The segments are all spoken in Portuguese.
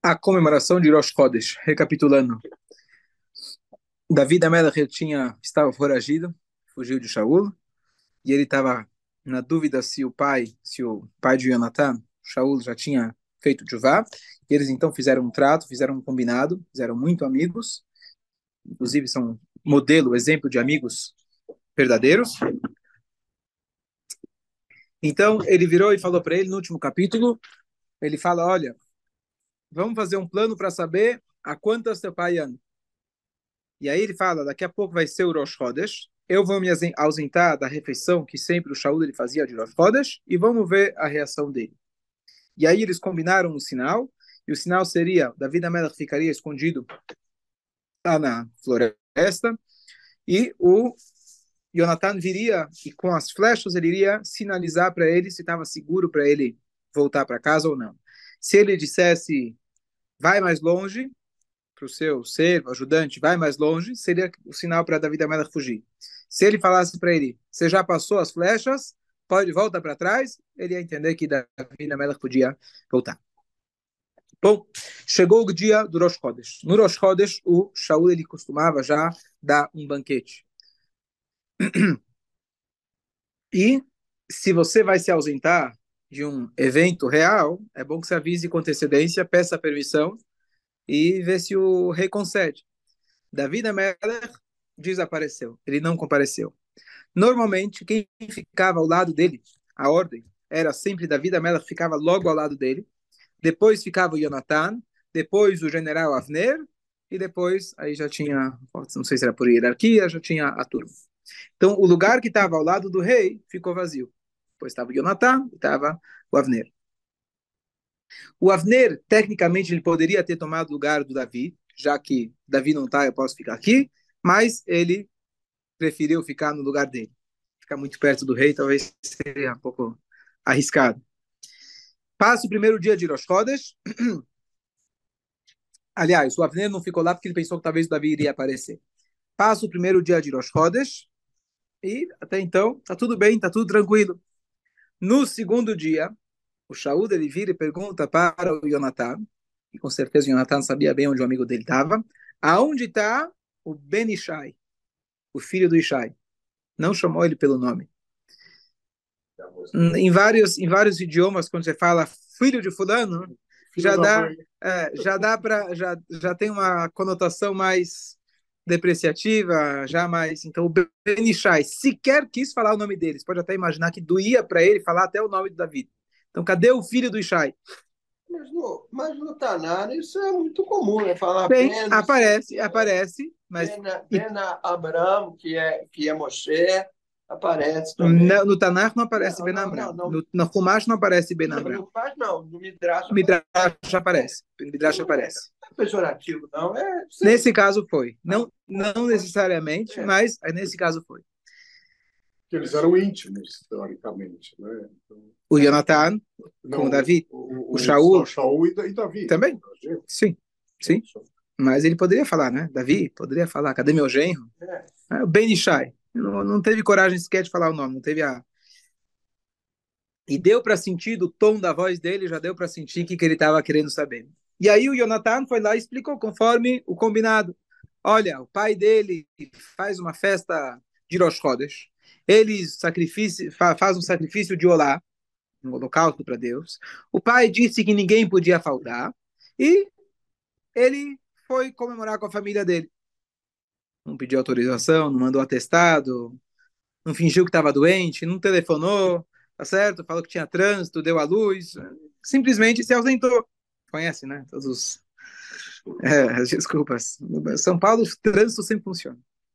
a comemoração de Rosh Chodesh. Recapitulando, Davi Amelech estava foragido, fugiu de Shaul, e ele estava na dúvida se o pai de Jonathan, Shaul, já tinha feito Tchuvá, e eles então fizeram um trato, fizeram um combinado, fizeram muito amigos, inclusive são modelo, exemplo de amigos verdadeiros. Então ele virou e falou para ele no último capítulo, ele fala, olha, vamos fazer um plano para saber a quantas teu pai anda. E aí ele fala, daqui a pouco vai ser o Rosh Chodesh, eu vou me ausentar da refeição que sempre o Shaul ele fazia de Rosh Chodesh e vamos ver a reação dele. E aí eles combinaram um sinal, e o sinal seria, Davi Amelech ficaria escondido lá na floresta, e o Jonathan viria, e com as flechas ele iria sinalizar para ele se estava seguro para ele voltar para casa ou não. Se ele dissesse, vai mais longe, para o seu servo, ajudante, vai mais longe, seria o sinal para Davi Amelech fugir. Se ele falasse para ele, você já passou as flechas, pode voltar para trás, ele ia entender que Davi Amelech podia voltar. Bom, chegou o dia do Rosh Chodesh. No Rosh Chodesh, o Shaul ele costumava já dar um banquete. E se você vai se ausentar de um evento real, é bom que você avise com antecedência, peça permissão e vê se o rei concede. Davi Amelech desapareceu, ele não compareceu. Normalmente, quem ficava ao lado dele, a ordem, era sempre Davi Amelech ficava logo ao lado dele, depois ficava o Jonathan, depois o general Avner, e depois, aí já tinha, não sei se era por hierarquia, já tinha a turma. Então, o lugar que estava ao lado do rei ficou vazio. Depois estava o Jonathan e estava o Avner. O Avner, tecnicamente, ele poderia ter tomado o lugar do Davi, já que Davi não está, eu posso ficar aqui, mas ele preferiu ficar no lugar dele. Ficar muito perto do rei talvez seria um pouco arriscado. Passa o primeiro dia de Rosh Chodesh. Aliás, o Avner não ficou lá porque ele pensou que talvez o Davi iria aparecer. Passa o primeiro dia de Rosh Chodesh e até então tá tudo bem, tá tudo tranquilo. No segundo dia, o Shaul ele vira e pergunta para o Jonathan, e com certeza o Jonathan sabia bem onde o amigo dele estava, aonde está o Ben Ishai, o filho do Ishai. Não chamou ele pelo nome. Em vários idiomas, quando você fala filho de fulano, já tem uma conotação mais depreciativa, já mais. Então, o Benishai sequer quis falar o nome dele. Você pode até imaginar que doía para ele falar até o nome do Davi. Então, cadê o filho do Ishai? Mas no Tanar isso é muito comum, né? Falar Bem, aparece, mas Ben Abraham, que é Moshe, aparece também. no Tanakh não aparece Ben Amram. No Chumash não aparece Ben Não, Amram. não faz, não. No Midrash No Midrash aparece. No Midrash aparece. não é pejorativo, não. Nesse caso foi. Não necessariamente, mas nesse caso foi. Que eles eram íntimos, teoricamente, né? Então, O Jonathan com o Davi, o Shaul e Davi também. Sim, sim. Mas ele poderia falar, né? Davi poderia falar, cadê meu genro? O Ben Ishai. Não teve coragem sequer de falar o nome, não teve a. E deu para sentir do tom da voz dele, já deu para sentir o que ele estava querendo saber. E aí o Jonathan foi lá e explicou conforme o combinado. Olha, o pai dele faz uma festa de Rosh Chodesh. Ele faz um sacrifício de olá, um holocausto para Deus. O pai disse que ninguém podia faltar. E ele foi comemorar com a família dele. Não pediu autorização, não mandou atestado, não fingiu que estava doente, não telefonou, tá certo? Falou que tinha trânsito, deu a luz, simplesmente se ausentou. Conhece, né? Todos os. Desculpas. São Paulo, o trânsito sempre funciona.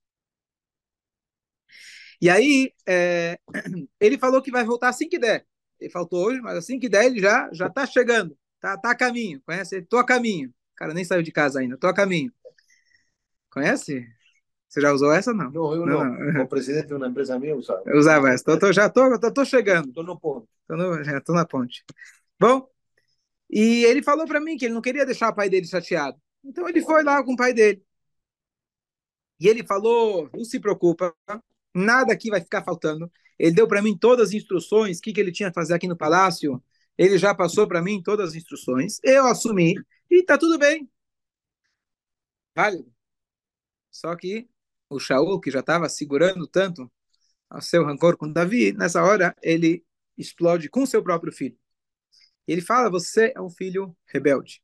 E aí, ele falou que vai voltar assim que der. Ele faltou hoje, mas assim que der, ele já tá chegando. Tá a caminho. Conhece? Tô a caminho. O cara nem saiu de casa ainda. Tô a caminho. Conhece? Você já usou essa? Não. Não, eu não. O presidente de uma empresa minha usava. Eu usava essa. Já tô chegando. Estou no ponto. Já tô na ponte. Bom, e ele falou para mim que ele não queria deixar o pai dele chateado. Então ele foi lá com o pai dele. E ele falou: não se preocupa, nada aqui vai ficar faltando. Ele deu para mim todas as instruções, o que ele tinha que fazer aqui no palácio, ele já passou para mim todas as instruções, eu assumi e está tudo bem, válido. Só que o Shaul, que já estava segurando tanto o seu rancor com Davi, nessa hora ele explode com seu próprio filho. Ele fala: você é um filho rebelde,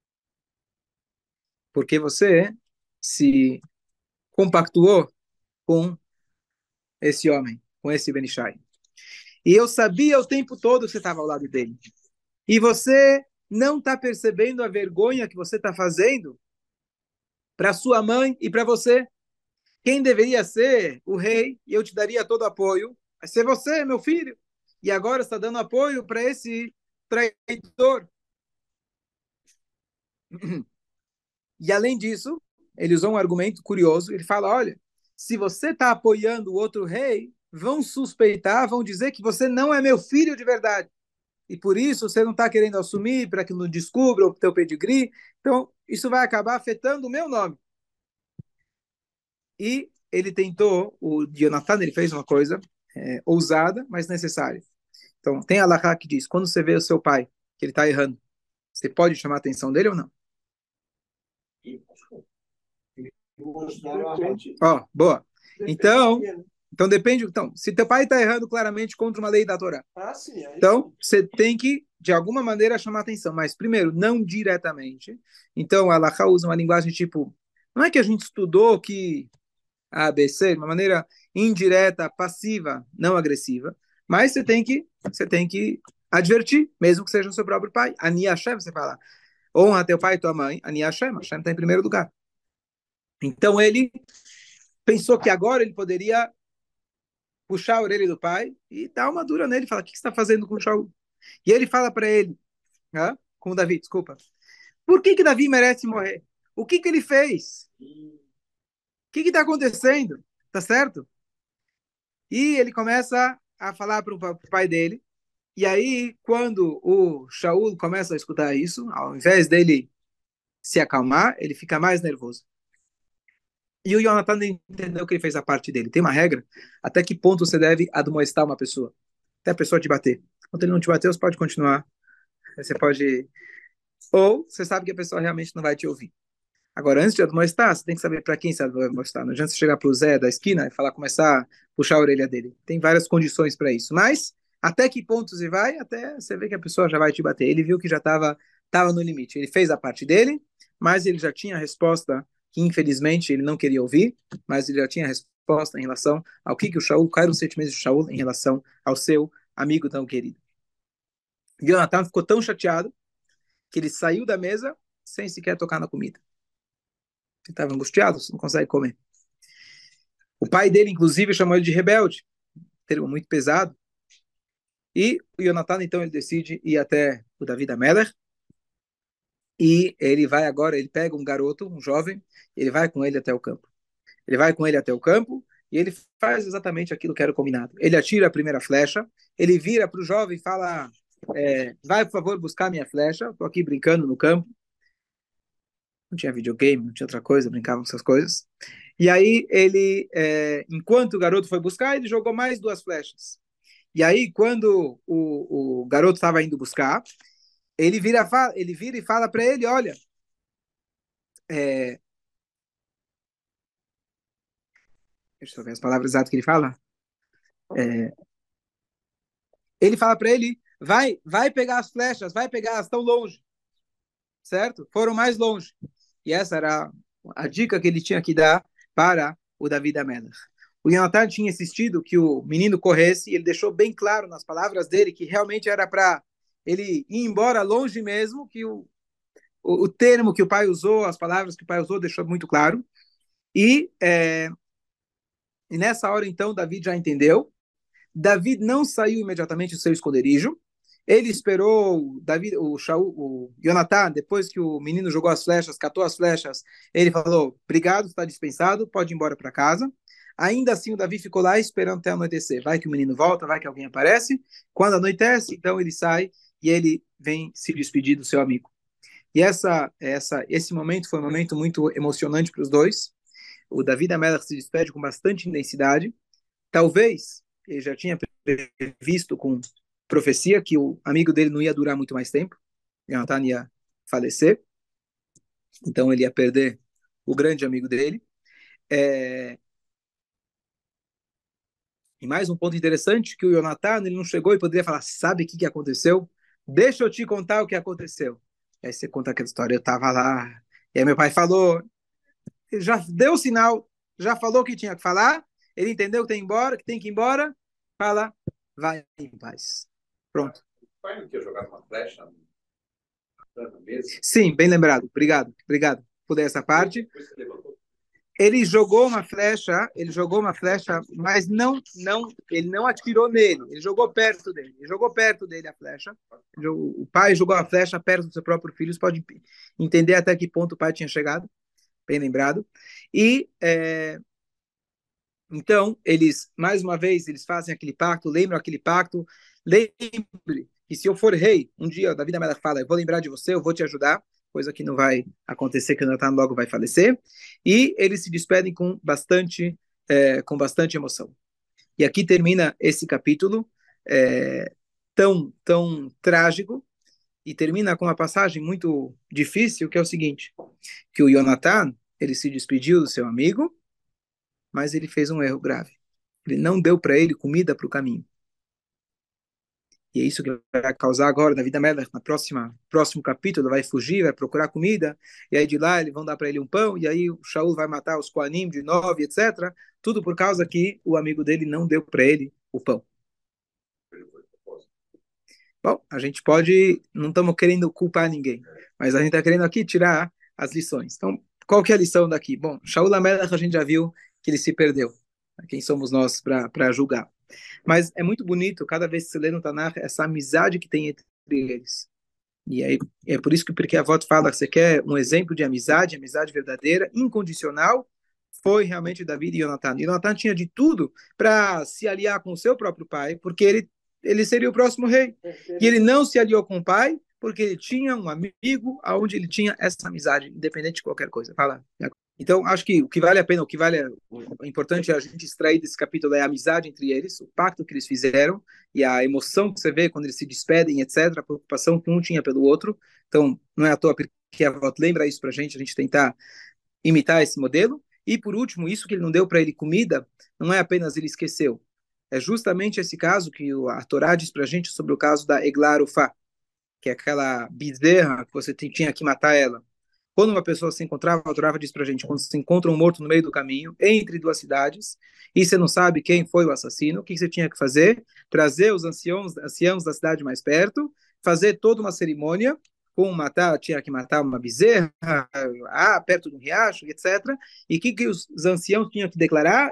porque você se compactuou com esse homem, com esse Benishai. E eu sabia o tempo todo que você estava ao lado dele. E você não está percebendo a vergonha que você está fazendo para sua mãe e para você. Quem deveria ser o rei, e eu te daria todo apoio, vai ser você, meu filho. E agora está dando apoio para esse traidor. E além disso, ele usou um argumento curioso. Ele fala: olha, se você está apoiando o outro rei, vão suspeitar, vão dizer que você não é meu filho de verdade. E por isso você não está querendo assumir para que não descubra o teu pedigree. Então, isso vai acabar afetando o meu nome. E ele tentou, o Jonathan, ele fez uma coisa ousada, mas necessária. Então, tem a Allahá que diz: quando você vê o seu pai, que ele está errando, você pode chamar a atenção dele ou não? Ó, oh, boa. Então depende. Então, se teu pai está errando claramente contra uma lei da Torá, então você tem que, de alguma maneira, chamar atenção. Mas, primeiro, não diretamente. Então, a Allahá usa uma linguagem tipo: não é que a gente estudou que A, B, C, de uma maneira indireta, passiva, não agressiva, mas você tem que advertir, mesmo que seja o seu próprio pai. Ani Hashem, você fala: honra teu pai e tua mãe. Ani Hashem, Hashem está em primeiro lugar. Então ele pensou que agora ele poderia puxar a orelha do pai e dar uma dura nele, fala: o que você está fazendo com o Shaul? E ele fala para ele, com o Davi, desculpa: por que Davi merece morrer? O que ele fez? O que está acontecendo? Tá certo? E ele começa a falar para o pai dele. E aí, quando o Shaul começa a escutar isso, ao invés dele se acalmar, ele fica mais nervoso. E o Jonathan entendeu que ele fez a parte dele. Tem uma regra: até que ponto você deve admoestar uma pessoa? Até a pessoa te bater. Quando ele não te bateu, você pode continuar. Você pode. Ou você sabe que a pessoa realmente não vai te ouvir. Agora, antes de admoestar, você tem que saber para quem você vai admoestar. Não adianta você chegar para o Zé da esquina e falar, começar a puxar a orelha dele. Tem várias condições para isso. Mas, até que ponto você vai? Até você ver que a pessoa já vai te bater. Ele viu que já estava no limite. Ele fez a parte dele, mas ele já tinha a resposta que, infelizmente, ele não queria ouvir, mas ele já tinha a resposta em relação ao que o Shaul, quais eram os sentimentos de Shaul em relação ao seu amigo tão querido. Jonathan ficou tão chateado que ele saiu da mesa sem sequer tocar na comida. Ele estava angustiado, não consegue comer. O pai dele, inclusive, chamou ele de rebelde, termo muito pesado. E o Jonathan, então, ele decide ir até o Davi Amelech. E ele vai agora, ele pega um garoto, um jovem, ele vai com ele até o campo. Ele vai com ele até o campo e ele faz exatamente aquilo que era combinado. Ele atira a primeira flecha, ele vira para o jovem e fala: vai, por favor, buscar minha flecha. Estou aqui brincando no campo. Não tinha videogame, não tinha outra coisa, brincavam com essas coisas. E aí ele, enquanto o garoto foi buscar, ele jogou mais duas flechas. E aí, quando o garoto estava indo buscar, ele vira e fala para ele: olha, é, deixa eu ver as palavras exatas que ele fala. É, ele fala para ele: vai pegar as flechas, vai pegar, elas estão longe, certo? Foram mais longe. E essa era a dica que ele tinha que dar para o Davi Amelech. O Jonathan tinha insistido que o menino corresse, e ele deixou bem claro nas palavras dele que realmente era para ele ir embora longe mesmo, que o termo que o pai usou, as palavras que o pai usou, deixou muito claro. E, e nessa hora, então, Davi já entendeu. Davi não saiu imediatamente do seu esconderijo. Ele esperou Davi, o Jonathan, depois que o menino jogou as flechas, catou as flechas, ele falou: obrigado, está dispensado, pode ir embora para casa. Ainda assim, o Davi ficou lá esperando até anoitecer. Vai que o menino volta, vai que alguém aparece. Quando anoitece, então ele sai e ele vem se despedir do seu amigo. E esse momento foi um momento muito emocionante para os dois. O Davi Amelech se despede com bastante intensidade. Talvez ele já tinha previsto com profecia que o amigo dele não ia durar muito mais tempo. Jonathan ia falecer, então ele ia perder o grande amigo dele. É, e mais um ponto interessante, que o Jonathan ele não chegou e poderia falar, sabe o que aconteceu? Deixa eu te contar o que aconteceu. Aí você conta aquela história, eu estava lá, e aí meu pai falou, ele já deu o sinal, já falou o que tinha que falar, ele entendeu que tem, embora, que tem que ir embora, fala, vai em paz. Pronto. O pai não quer jogar uma flecha na mesa? Sim, bem lembrado. Obrigado por essa parte. Ele jogou uma flecha, mas ele não atirou nele, ele jogou perto dele a flecha. O pai jogou a flecha perto do seu próprio filho, você pode entender até que ponto o pai tinha chegado, bem lembrado. E então, eles, mais uma vez, eles fazem aquele pacto, lembram aquele pacto, lembre que se eu for rei, um dia Davi Amelach fala, eu vou lembrar de você, eu vou te ajudar, coisa que não vai acontecer, que o Natan logo vai falecer, e eles se despedem com bastante emoção. E aqui termina esse capítulo tão trágico, e termina com uma passagem muito difícil, que é o seguinte, que o Jonathan, ele se despediu do seu amigo, mas ele fez um erro grave. Ele não deu para ele comida para o caminho. E é isso que vai causar agora na vida Melech, na próximo capítulo, vai fugir, vai procurar comida, e aí de lá eles vão dar para ele um pão, e aí o Shaul vai matar os Koanim de 9, etc. Tudo por causa que o amigo dele não deu para ele o pão. Bom, a gente pode, não estamos querendo culpar ninguém, mas a gente está querendo aqui tirar as lições. Então, qual que é a lição daqui? Bom, Shaul Amelech a gente já viu que ele se perdeu. Quem somos nós para julgar? Mas é muito bonito, cada vez que você lê no Tanakh, essa amizade que tem entre eles. E aí, é por isso que porque a avó fala que você quer um exemplo de amizade, amizade verdadeira, incondicional, foi realmente Davi e Jonathan. E Jonathan tinha de tudo para se aliar com o seu próprio pai, porque ele seria o próximo rei. E ele não se aliou com o pai, porque ele tinha um amigo aonde ele tinha essa amizade, independente de qualquer coisa. Fala. Então, acho que o que vale a pena, o importante é a gente extrair desse capítulo é a amizade entre eles, o pacto que eles fizeram e a emoção que você vê quando eles se despedem, etc., a preocupação que um tinha pelo outro. Então, não é à toa que a Vot lembra isso para a gente tentar imitar esse modelo. E, por último, isso que ele não deu para ele comida, não é apenas ele esqueceu. É justamente esse caso que a Torá diz para a gente sobre o caso da Eglar Ufá, que é aquela bezerra que você tinha que matar ela. Quando uma pessoa se encontrava, a Torá diz pra gente, quando se encontra um morto no meio do caminho, entre duas cidades, e você não sabe quem foi o assassino, o que você tinha que fazer? Trazer os anciãos da cidade mais perto, fazer toda uma cerimônia, tinha que matar uma bezerra, perto de um riacho, etc. E o que os anciãos tinham que declarar?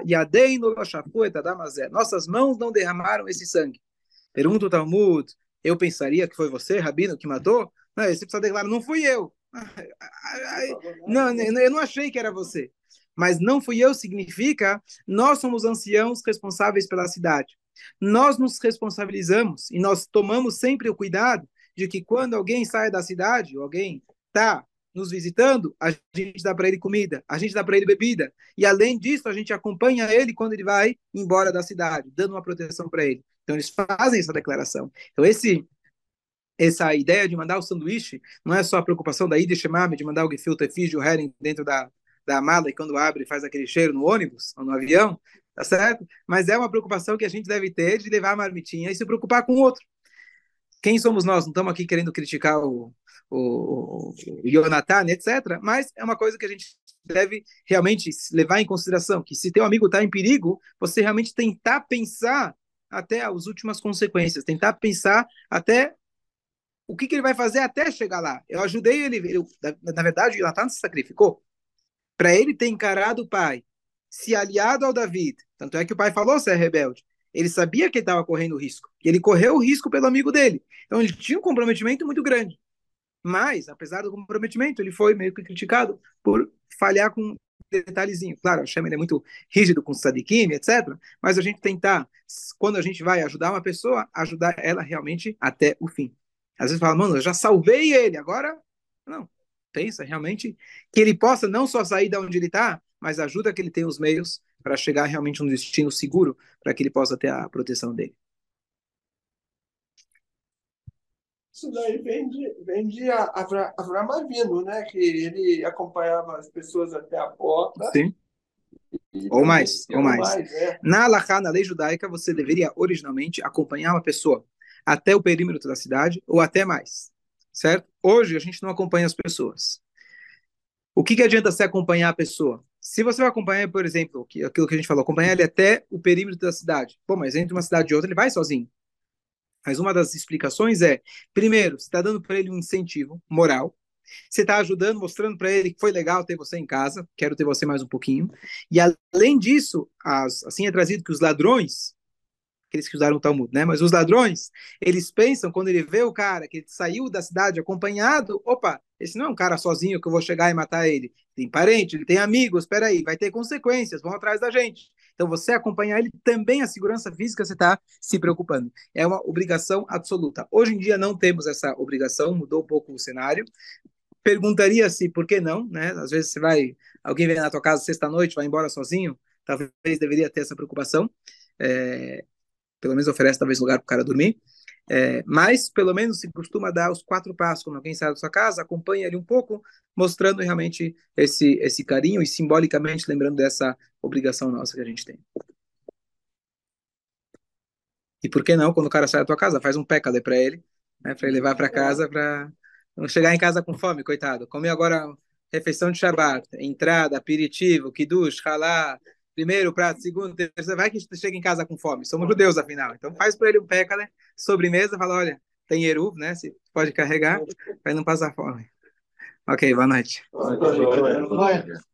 Nossas mãos não derramaram esse sangue. Pergunta o Talmud, eu pensaria que foi você, Rabino, que matou? Não, você precisa declarar, não fui eu. Não, eu não achei que era você. Mas não fui eu significa nós somos anciãos responsáveis pela cidade. Nós nos responsabilizamos e nós tomamos sempre o cuidado de que quando alguém sai da cidade, ou alguém está nos visitando, a gente dá para ele comida, a gente dá para ele bebida. E além disso, a gente acompanha ele quando ele vai embora da cidade, dando uma proteção para ele. Então eles fazem essa declaração. Então essa ideia de mandar o sanduíche não é só a preocupação da Ida Shemame, de mandar o gefilte fish, o herring dentro da mala e quando abre faz aquele cheiro no ônibus ou no avião, tá certo? Mas é uma preocupação que a gente deve ter de levar a marmitinha e se preocupar com o outro. Quem somos nós? Não estamos aqui querendo criticar o Jonathan, etc. Mas é uma coisa que a gente deve realmente levar em consideração, que se teu amigo está em perigo, você realmente tentar pensar até as últimas consequências, tentar pensar até o que ele vai fazer até chegar lá. Eu ajudei ele, na verdade, o Jonathan se sacrificou para ele ter encarado o pai, se aliado ao David. Tanto é que o pai falou ser rebelde. Ele sabia que ele estava correndo risco. E ele correu o risco pelo amigo dele. Então ele tinha um comprometimento muito grande. Mas, apesar do comprometimento, ele foi meio que criticado por falhar com um detalhezinho. Claro, o Hashem é muito rígido com o Sadikim, etc. Mas a gente tentar, quando a gente vai ajudar uma pessoa, ajudar ela realmente até o fim. Às vezes fala, mano, eu já salvei ele, agora não. Pensa realmente que ele possa não só sair de onde ele está, mas ajuda que ele tenha os meios para chegar realmente a um destino seguro, para que ele possa ter a proteção dele. Isso daí vem de Avram Avinu, né? Que ele acompanhava as pessoas até a porta Sim. e Ou também mais, ou mais. né? Na Halakha, na lei judaica, você deveria originalmente acompanhar uma pessoa até o perímetro da cidade ou até mais, certo? Hoje a gente não acompanha as pessoas. O que adianta você acompanhar a pessoa? Se você vai acompanhar, por exemplo, aquilo que a gente falou, acompanhar ele até o perímetro da cidade. Pô, mas entre uma cidade e outra ele vai sozinho. Mas uma das explicações é, primeiro, você está dando para ele um incentivo moral, você está ajudando, mostrando para ele que foi legal ter você em casa, quero ter você mais um pouquinho. E além disso, assim é trazido que os ladrões, aqueles que usaram o Talmud, né? Mas os ladrões, eles pensam, quando ele vê o cara que saiu da cidade acompanhado, opa, esse não é um cara sozinho que eu vou chegar e matar ele. Tem parente, ele tem amigos, espera aí, vai ter consequências, vão atrás da gente. Então, você acompanhar ele também, a segurança física, você está se preocupando. É uma obrigação absoluta. Hoje em dia não temos essa obrigação, mudou um pouco o cenário. Perguntaria-se por que não, né? Às vezes você vai, alguém vem na tua casa sexta-noite, vai embora sozinho, talvez deveria ter essa preocupação. É, pelo menos oferece talvez lugar para o cara dormir. Mas pelo menos se costuma dar os 4 passos quando alguém sai da sua casa, acompanha ele um pouco, mostrando realmente esse carinho e simbolicamente lembrando dessa obrigação nossa que a gente tem. E por que não, quando o cara sai da tua casa, faz um pecado para ele, né, para ele levar para casa, para não chegar em casa com fome, coitado. Come agora refeição de Shabbat, entrada, aperitivo, kiddush, halá, primeiro prato, segundo, terceiro, vai que chega em casa com fome. Somos judeus, afinal. Então faz para ele um pecado, né, sobremesa, fala, olha, tem eruv, né, se pode carregar, para não passar fome. Ok, boa noite. Vai.